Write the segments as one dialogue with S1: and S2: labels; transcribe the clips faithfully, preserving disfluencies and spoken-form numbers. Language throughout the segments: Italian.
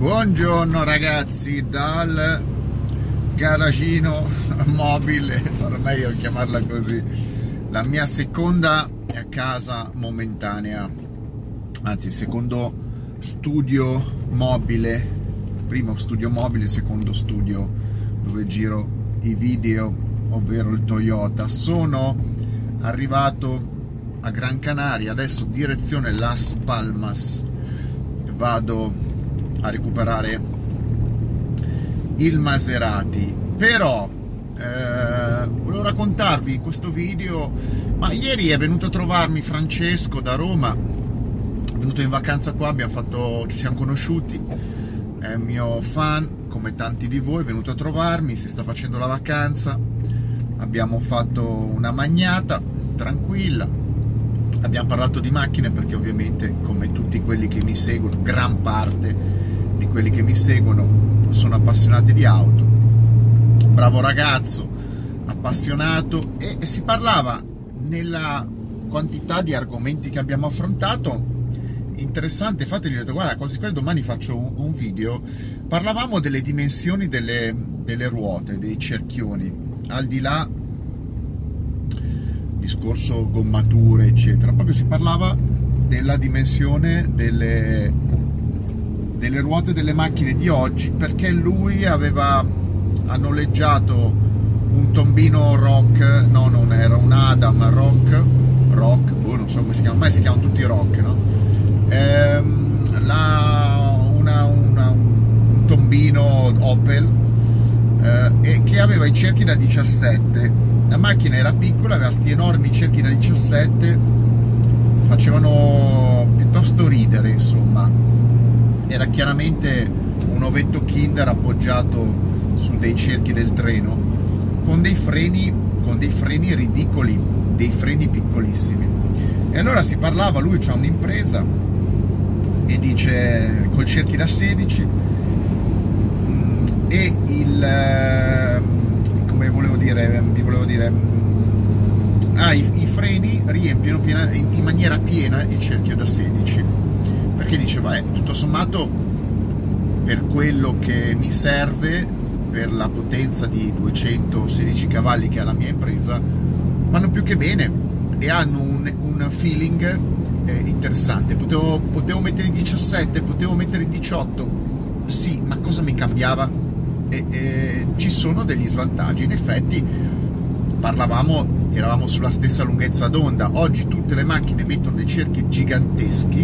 S1: Buongiorno ragazzi dal garagino mobile, ormai devo chiamarla così, la mia seconda casa momentanea, anzi secondo studio mobile, primo studio mobile, secondo studio dove giro i video, ovvero il Toyota. Sono arrivato a Gran Canaria, adesso direzione Las Palmas, vado a recuperare il Maserati. Però eh, volevo raccontarvi questo video, ma ieri è venuto a trovarmi Francesco da Roma, è venuto in vacanza qua, abbiamo fatto, ci siamo conosciuti, è un mio fan come tanti di voi, è venuto a trovarmi, si sta facendo la vacanza, abbiamo fatto una magnata tranquilla, abbiamo parlato di macchine perché ovviamente, come tutti quelli che mi seguono, gran parte di quelli che mi seguono sono appassionati di auto. Bravo ragazzo, appassionato, e, e si parlava, nella quantità di argomenti che abbiamo affrontato, interessante. Infatti gli ho detto: guarda, quasi quasi domani faccio un, un video. Parlavamo delle dimensioni delle, delle ruote, dei cerchioni, al di là discorso gommature eccetera, proprio si parlava della dimensione delle, delle ruote delle macchine di oggi, perché lui aveva ha noleggiato un tombino Rock, no, non era un Adam Rock, Rock, boh, non so come si chiama, ormai si chiamano tutti Rock, no? Ehm, la, una, una, un tombino Opel eh, e che aveva i cerchi da diciassette. La macchina era piccola, aveva questi enormi cerchi da diciassette, facevano piuttosto ridere, insomma. Era chiaramente un ovetto Kinder appoggiato su dei cerchi del treno, con dei freni, con dei freni ridicoli, dei freni piccolissimi. E allora si parlava, lui c'ha un'impresa e dice, col cerchi da sedici, e il, come volevo dire, vi volevo dire, ah, i, i freni riempiono piena, in, in maniera piena il cerchio da sedici, perché diceva, eh, tutto sommato, per quello che mi serve, per la potenza di duecentosedici cavalli che ha la mia impresa, vanno più che bene e hanno un, un feeling eh, interessante. Potevo, potevo mettere i diciassette, potevo mettere i diciotto, sì, ma cosa mi cambiava? E, e, ci sono degli svantaggi. In effetti parlavamo, eravamo sulla stessa lunghezza d'onda. Oggi tutte le macchine mettono dei cerchi giganteschi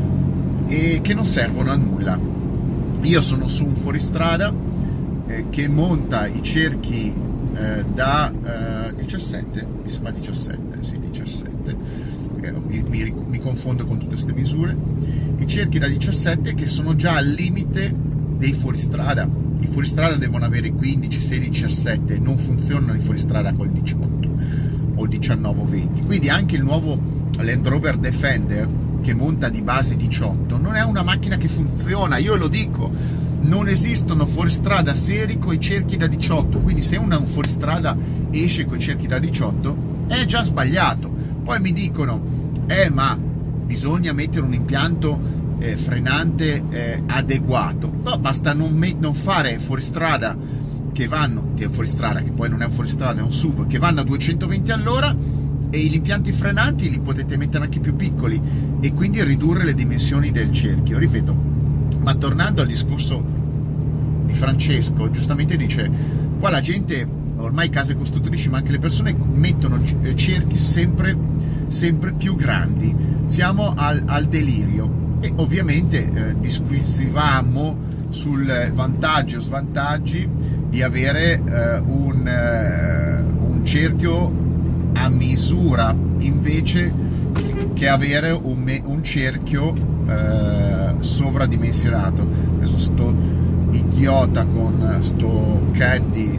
S1: e che non servono a nulla. Io sono su un fuoristrada eh, che monta i cerchi eh, da eh, diciassette, mi sembra diciassette, sì, diciassette, eh, mi, mi, mi confondo con tutte queste misure, i cerchi da diciassette che sono già al limite dei fuoristrada. I fuoristrada devono avere quindici, sedici, diciassette, non funzionano i fuoristrada col diciotto o diciannove o venti. Quindi anche il nuovo Land Rover Defender, che monta di base diciotto, non è una macchina che funziona. Io lo dico, non esistono fuoristrada seri con i cerchi da diciotto, quindi se una un fuoristrada esce con i cerchi da diciotto è già sbagliato. Poi mi dicono, eh ma bisogna mettere un impianto eh, frenante eh, adeguato. No, basta non, me- non fare fuoristrada che vanno, che è fuoristrada, che poi non è un fuoristrada, è un S U V, che vanno a duecentoventi all'ora, e gli impianti frenanti li potete mettere anche più piccoli e quindi ridurre le dimensioni del cerchio. Ripeto, ma tornando al discorso di Francesco, giustamente dice, qua la gente, ormai case costruttrici, ma anche le persone, mettono cerchi sempre, sempre più grandi. Siamo al, al delirio, e ovviamente eh, disquisivamo sul vantaggio o svantaggi di avere eh, un, eh, un cerchio a misura invece che avere un, me- un cerchio eh, sovradimensionato. Adesso sto idiota con sto caddy,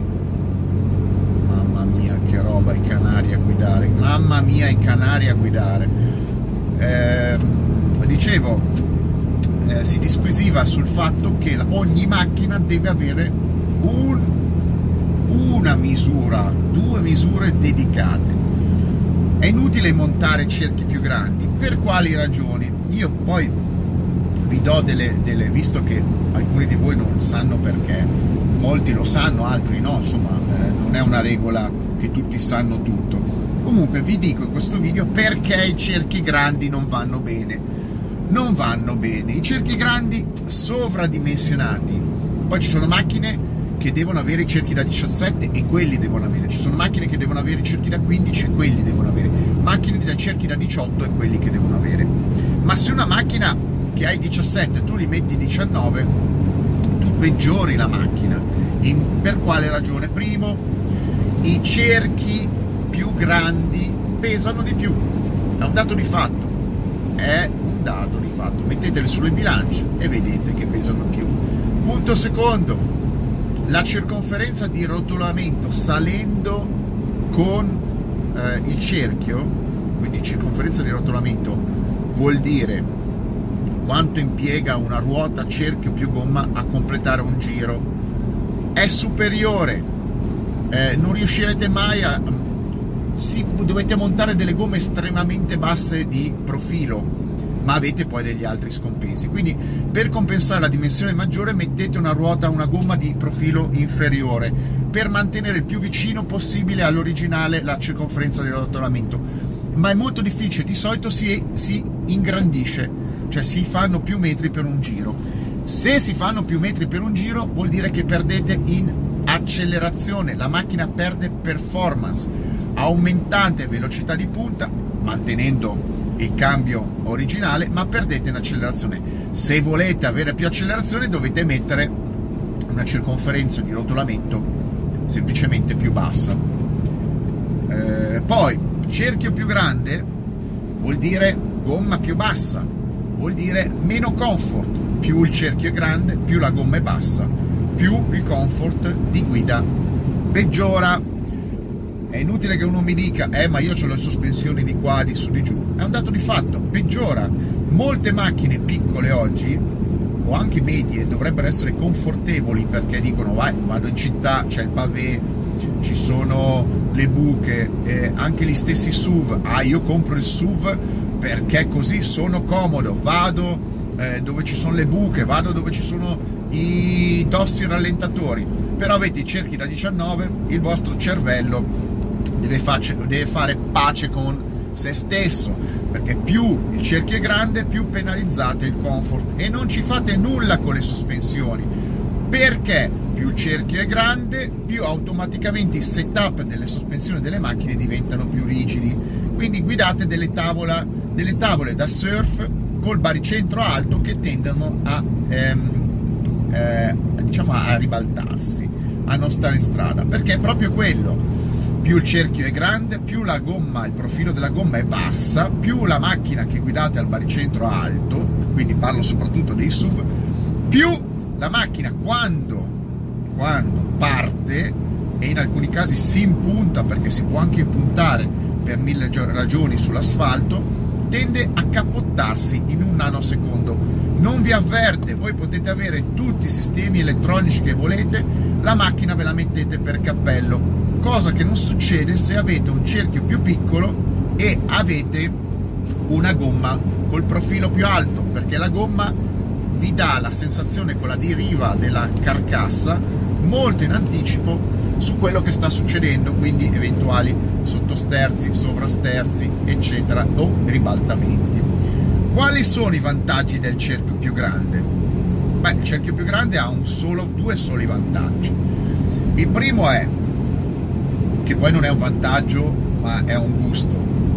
S1: mamma mia che roba, i canari a guidare, mamma mia i canari a guidare. Eh, dicevo, eh, si disquisiva sul fatto che ogni macchina deve avere un, una misura, due misure dedicate. È inutile montare cerchi più grandi. Per quali ragioni? Io poi vi do delle, delle, visto che alcuni di voi non sanno perché, molti lo sanno, altri no, insomma eh, non è una regola che tutti sanno tutto. Comunque vi dico in questo video perché i cerchi grandi non vanno bene. Non vanno bene, i cerchi grandi sovradimensionati. Poi ci sono macchine che devono avere i cerchi da diciassette e quelli devono avere, ci sono macchine che devono avere i cerchi da quindici e quelli devono avere, macchine da cerchi da diciotto e quelli che devono avere. Ma se una macchina che hai diciassette tu li metti diciannove, tu peggiori la macchina. In, per quale ragione? Primo, i cerchi più grandi pesano di più, è un dato di fatto, è un dato di fatto, metteteli sulle bilance e vedete che pesano più. Punto secondo, la circonferenza di rotolamento salendo con eh, il cerchio, quindi circonferenza di rotolamento vuol dire quanto impiega una ruota cerchio più gomma a completare un giro, è superiore, eh, non riuscirete mai a sì, dovete montare delle gomme estremamente basse di profilo, ma avete poi degli altri scompensi, quindi per compensare la dimensione maggiore mettete una ruota, una gomma di profilo inferiore per mantenere il più vicino possibile all'originale la circonferenza di rotolamento, ma è molto difficile, di solito si, si ingrandisce, cioè si fanno più metri per un giro. Se si fanno più metri per un giro vuol dire che perdete in accelerazione, la macchina perde performance, aumentate velocità di punta mantenendo il cambio originale, ma perdete in accelerazione. Se volete avere più accelerazione dovete mettere una circonferenza di rotolamento semplicemente più bassa. Eh, poi cerchio più grande vuol dire gomma più bassa, vuol dire meno comfort, più il cerchio è grande più la gomma è bassa, più il comfort di guida peggiora. È inutile che uno mi dica, eh ma io ho le sospensioni di qua, di su, di giù. È un dato di fatto, peggiora. Molte macchine piccole oggi, o anche medie, dovrebbero essere confortevoli perché dicono, vai, vado in città, c'è il pavé, ci sono le buche, eh, anche gli stessi S U V. Ah, io compro il S U V perché così sono comodo, vado eh, dove ci sono le buche, vado dove ci sono i tossi rallentatori. Però avete i cerchi da diciannove, il vostro cervello Deve, face, deve fare pace con se stesso, perché più il cerchio è grande più penalizzate il comfort e non ci fate nulla con le sospensioni, perché più il cerchio è grande più automaticamente i setup delle sospensioni delle macchine diventano più rigidi, quindi guidate delle, tavola, delle tavole da surf col baricentro alto che tendono a, ehm, eh, diciamo a ribaltarsi, a non stare in strada, perché è proprio quello. Più il cerchio è grande, più la gomma, il profilo della gomma è bassa, più la macchina che guidate al baricentro alto, quindi parlo soprattutto dei S U V, più la macchina quando, quando parte, e in alcuni casi si impunta, perché si può anche impuntare per mille ragioni sull'asfalto, tende a cappottarsi in un nanosecondo. Non vi avverte, voi potete avere tutti i sistemi elettronici che volete, la macchina ve la mettete per cappello. Cosa che non succede se avete un cerchio più piccolo e avete una gomma col profilo più alto, perché la gomma vi dà la sensazione con la deriva della carcassa molto in anticipo su quello che sta succedendo, quindi eventuali sottosterzi, sovrasterzi, eccetera, o ribaltamenti. Quali sono i vantaggi del cerchio più grande? Beh, il cerchio più grande ha un solo, due soli vantaggi. Il primo è che poi non è un vantaggio ma è un gusto,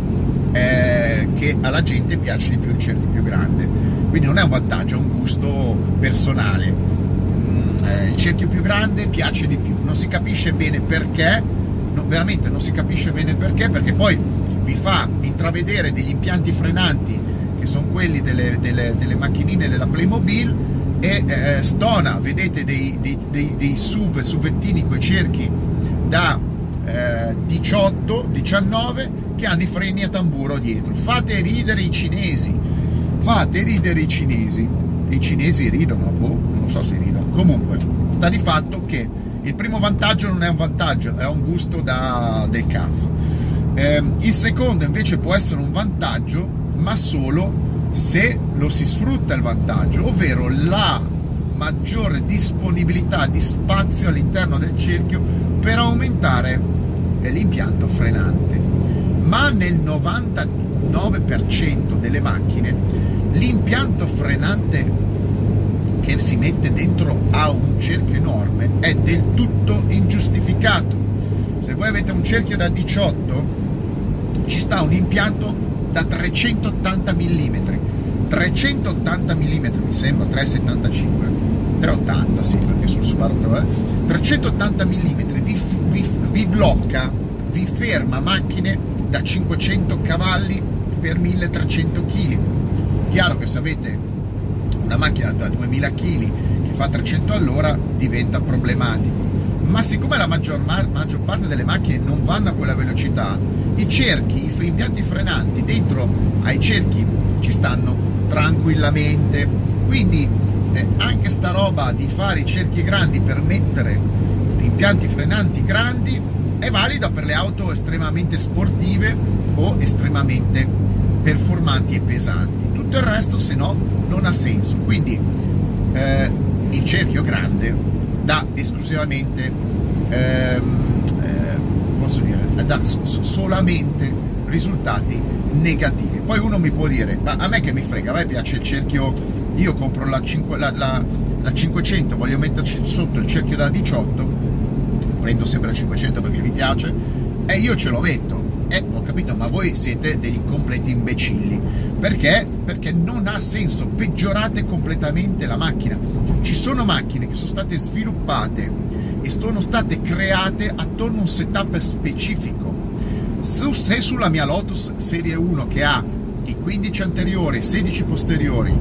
S1: è che alla gente piace di più il cerchio più grande, quindi non è un vantaggio, è un gusto personale. Eh, il cerchio più grande piace di più, non si capisce bene perché, no, veramente non si capisce bene perché, perché poi vi fa intravedere degli impianti frenanti che sono quelli delle, delle, delle macchinine della Playmobil e eh, stona, vedete dei, dei, dei, dei S U V, SUVettini con i cerchi da Eh, diciotto diciannove che hanno i freni a tamburo dietro. Fate ridere i cinesi, fate ridere i cinesi, i cinesi ridono, boh, non so se ridono, comunque sta di fatto che il primo vantaggio non è un vantaggio, è un gusto da, del cazzo. Eh, il secondo invece può essere un vantaggio, ma solo se lo si sfrutta il vantaggio, ovvero la maggiore disponibilità di spazio all'interno del cerchio per aumentare l'impianto frenante. Ma nel novantanove per cento delle macchine l'impianto frenante che si mette dentro a un cerchio enorme è del tutto ingiustificato. Se voi avete un cerchio da diciotto, ci sta un impianto da trecentottanta millimetri. trecentottanta millimetri, mi sembra tre virgola settantacinque, tre virgola ottanta, sì, perché sul Subaru eh. trecentottanta millimetri vi, vi, vi blocca, vi ferma macchine da cinquecento cavalli per milletrecento chili. Chiaro che se avete una macchina da duemila chili che fa trecento all'ora diventa problematico, ma siccome la maggior, maggior parte delle macchine non vanno a quella velocità, i cerchi, i impianti frenanti dentro ai cerchi ci stanno tranquillamente. Quindi eh, anche sta roba di fare i cerchi grandi per mettere impianti frenanti grandi è valida per le auto estremamente sportive o estremamente performanti e pesanti. Tutto il resto, se no, non ha senso. Quindi eh, il cerchio grande dà esclusivamente ehm, eh, posso dire dà solamente risultati negativi. Poi uno mi può dire: ma a me che mi frega, a me piace il cerchio, io compro la, cinque, la, la, la cinquecento, voglio metterci sotto il cerchio da diciotto, prendo sempre la cinquecento perché mi piace e io ce lo metto. Eh, ho capito, ma voi siete degli completi imbecilli. Perché? Perché non ha senso, peggiorate completamente la macchina. Ci sono macchine che sono state sviluppate e sono state create attorno a un setup specifico. Se sulla mia Lotus Serie uno, che ha i quindici anteriori e sedici posteriori,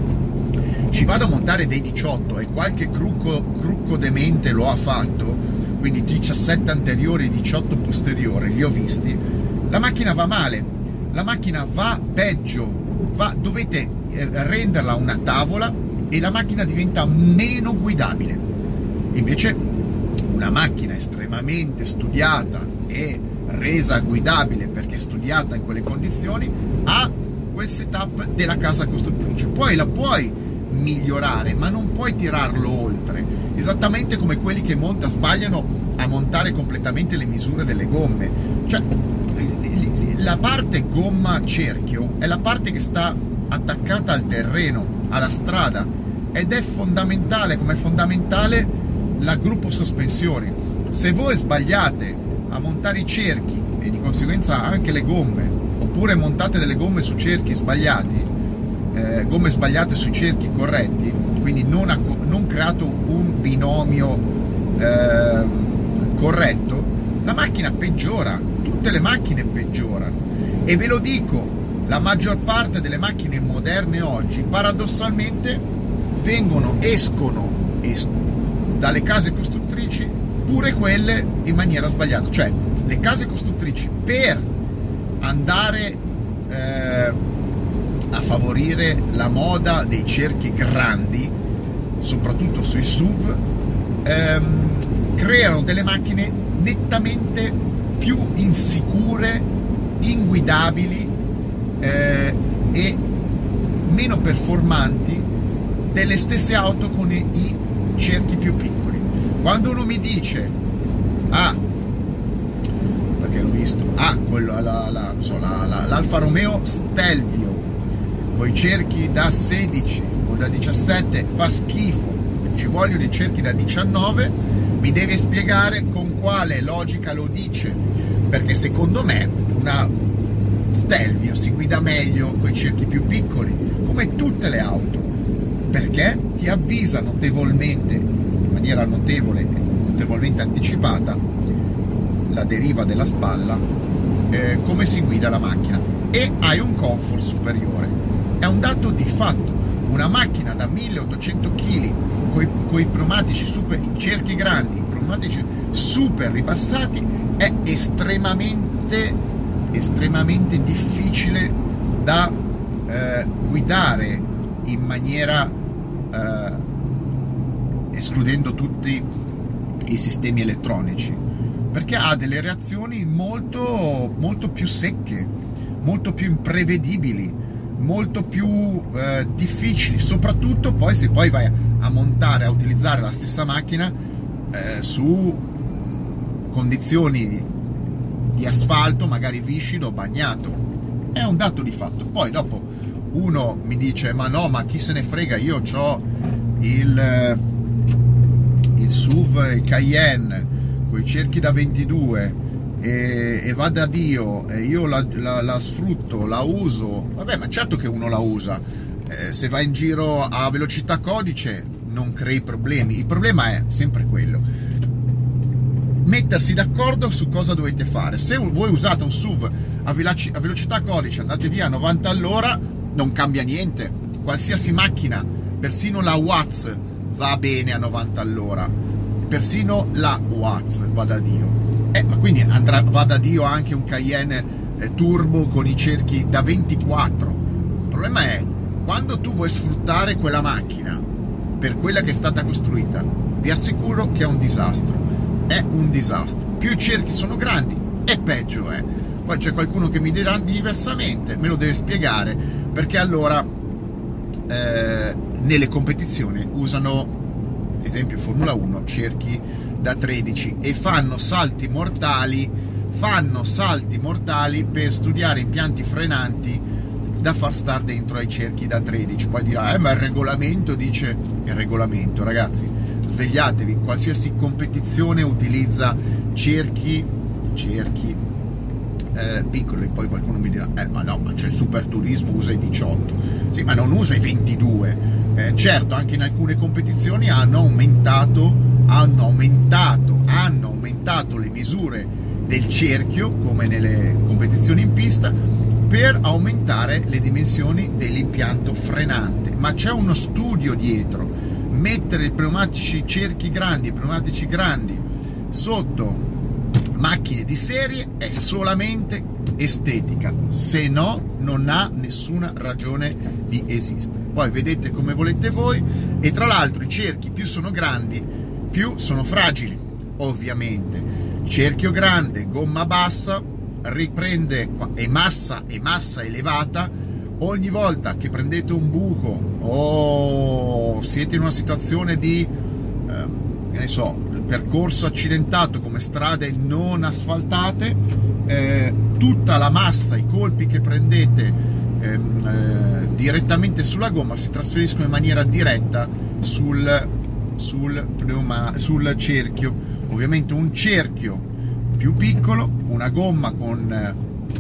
S1: ci vado a montare dei diciotto e qualche crucco, crucco demente lo ha fatto, quindi diciassette anteriori e diciotto posteriori, li ho visti, la macchina va male, la macchina va peggio, va, dovete eh, renderla una tavola e la macchina diventa meno guidabile. Invece una macchina estremamente studiata e resa guidabile perché studiata in quelle condizioni ha quel setup della casa costruttrice. Poi la puoi migliorare, ma non puoi tirarlo oltre, esattamente come quelli che monta sbagliano a montare completamente le misure delle gomme. Cioè la parte gomma cerchio è la parte che sta attaccata al terreno, alla strada, ed è fondamentale, come è fondamentale la gruppo sospensioni. Se voi sbagliate a montare i cerchi e di conseguenza anche le gomme, oppure montate delle gomme su cerchi sbagliati, eh, gomme sbagliate sui cerchi corretti, quindi non, ha, non creato un binomio eh, corretto, la macchina peggiora, tutte le macchine peggiorano. E ve lo dico, la maggior parte delle macchine moderne oggi paradossalmente vengono, escono, escono dalle case costruttrici, pure quelle in maniera sbagliata. Cioè le case costruttrici, per andare eh, a favorire la moda dei cerchi grandi, soprattutto sui S U V, ehm, creano delle macchine nettamente più insicure, inguidabili eh, e meno performanti delle stesse auto con i, i cerchi più piccoli. Quando uno mi dice ah, perché l'ho visto, ah, quello, la, la, non so, la, la, l'Alfa Romeo Stelvio con i cerchi da sedici o da diciassette fa schifo, ci vogliono i cerchi da diciannove, mi deve spiegare con quale logica lo dice, perché secondo me una Stelvio si guida meglio con i cerchi più piccoli, come tutte le auto, perché ti avvisa notevolmente, in maniera notevole, notevolmente anticipata, la deriva della spalla, eh, come si guida la macchina, e hai un comfort superiore. È un dato di fatto. Una macchina da milleottocento chili con i pneumatici super, in cerchi grandi, i pneumatici super ribassati, è estremamente estremamente difficile da eh, guidare in maniera eh, escludendo tutti i sistemi elettronici, perché ha delle reazioni molto molto più secche, molto più imprevedibili, molto più eh, difficili, soprattutto poi se poi vai a montare, a utilizzare la stessa macchina eh, su condizioni di asfalto magari viscido o bagnato. È un dato di fatto. Poi dopo uno mi dice ma no, ma chi se ne frega, io ho il il S U V, il Cayenne con i cerchi da ventidue e, e va da Dio, e io la, la, la sfrutto, la uso. Vabbè, ma certo che uno la usa, eh, se va in giro a velocità codice non crei problemi. Il problema è sempre quello: mettersi d'accordo su cosa dovete fare. Se voi usate un S U V a, veloci, a velocità codice, andate via a novanta all'ora, non cambia niente. Qualsiasi macchina, persino la Watts, va bene a novanta all'ora, persino la Watts va da Dio. Eh, ma quindi andrà, va da Dio anche un Cayenne eh, turbo con i cerchi da ventiquattro. Il problema è quando tu vuoi sfruttare quella macchina per quella che è stata costruita, vi assicuro che è un disastro. È un disastro. Più i cerchi sono grandi e peggio è. Poi c'è qualcuno che mi dirà diversamente, me lo deve spiegare, perché allora eh, nelle competizioni usano, ad esempio Formula uno, cerchi da tredici e fanno salti mortali fanno salti mortali per studiare impianti frenanti da far stare dentro ai cerchi da tredici. Poi dirà, eh ma il regolamento dice... Il regolamento, ragazzi, svegliatevi, qualsiasi competizione utilizza cerchi cerchi eh, piccoli. Poi qualcuno mi dirà, eh ma no, ma c'è il superturismo, usa i diciotto. Sì, ma non usa i ventidue. Eh, certo, anche in alcune competizioni hanno aumentato hanno aumentato hanno aumentato le misure del cerchio, come nelle competizioni in pista, per aumentare le dimensioni dell'impianto frenante. Ma c'è uno studio dietro. Mettere i pneumatici cerchi grandi e pneumatici grandi sotto macchine di serie è solamente estetica, se no non ha nessuna ragione di esistere. Poi vedete come volete voi. E tra l'altro i cerchi più sono grandi più sono fragili, ovviamente. Cerchio grande, gomma bassa, riprende e massa e massa elevata. Ogni volta che prendete un buco o siete in una situazione di eh, che ne so, percorso accidentato come strade non asfaltate, eh, tutta la massa, i colpi che prendete ehm, eh, direttamente sulla gomma si trasferiscono in maniera diretta sul, sul, pneuma, sul cerchio. Ovviamente un cerchio più piccolo, una gomma con,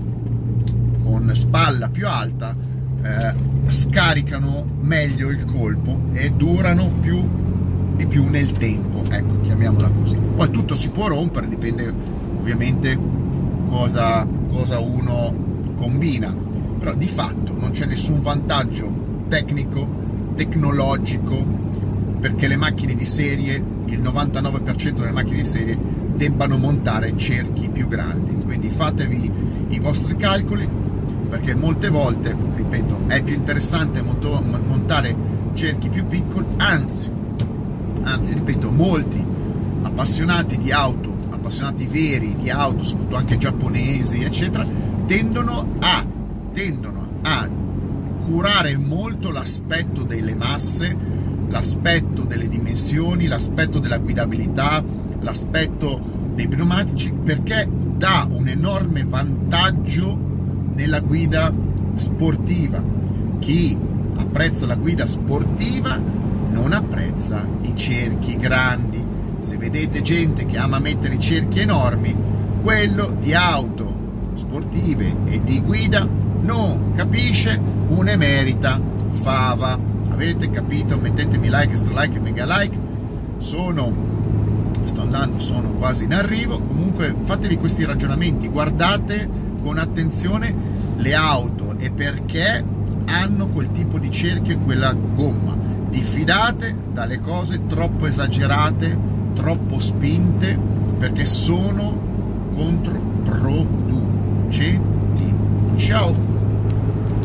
S1: con spalla più alta, eh, scaricano meglio il colpo e durano più di più nel tempo, ecco, chiamiamola così. Poi tutto si può rompere, dipende ovviamente cosa, cosa uno combina, però di fatto non c'è nessun vantaggio tecnico, tecnologico, perché le macchine di serie, il novantanove per cento delle macchine di serie debbano montare cerchi più grandi. Quindi fatevi i vostri calcoli, perché molte volte, ripeto, è più interessante montare cerchi più piccoli, anzi anzi ripeto, molti appassionati di auto, appassionati veri di auto, soprattutto anche giapponesi eccetera, tendono a tendono a curare molto l'aspetto delle masse, l'aspetto delle dimensioni, l'aspetto della guidabilità, l'aspetto dei pneumatici, perché dà un enorme vantaggio nella guida sportiva. Chi apprezza la guida sportiva non apprezza i cerchi grandi. Se vedete gente che ama mettere i cerchi enormi, quello di auto sportive e di guida non capisce un'emerita fava. Avete capito? Mettetemi like, extra like e mega like. Sono sto andando, sono quasi in arrivo. Comunque fatevi questi ragionamenti, guardate con attenzione le auto e perché hanno quel tipo di cerchio e quella gomma. Diffidate dalle cose troppo esagerate, troppo spinte, perché sono controproducenti. Ciao!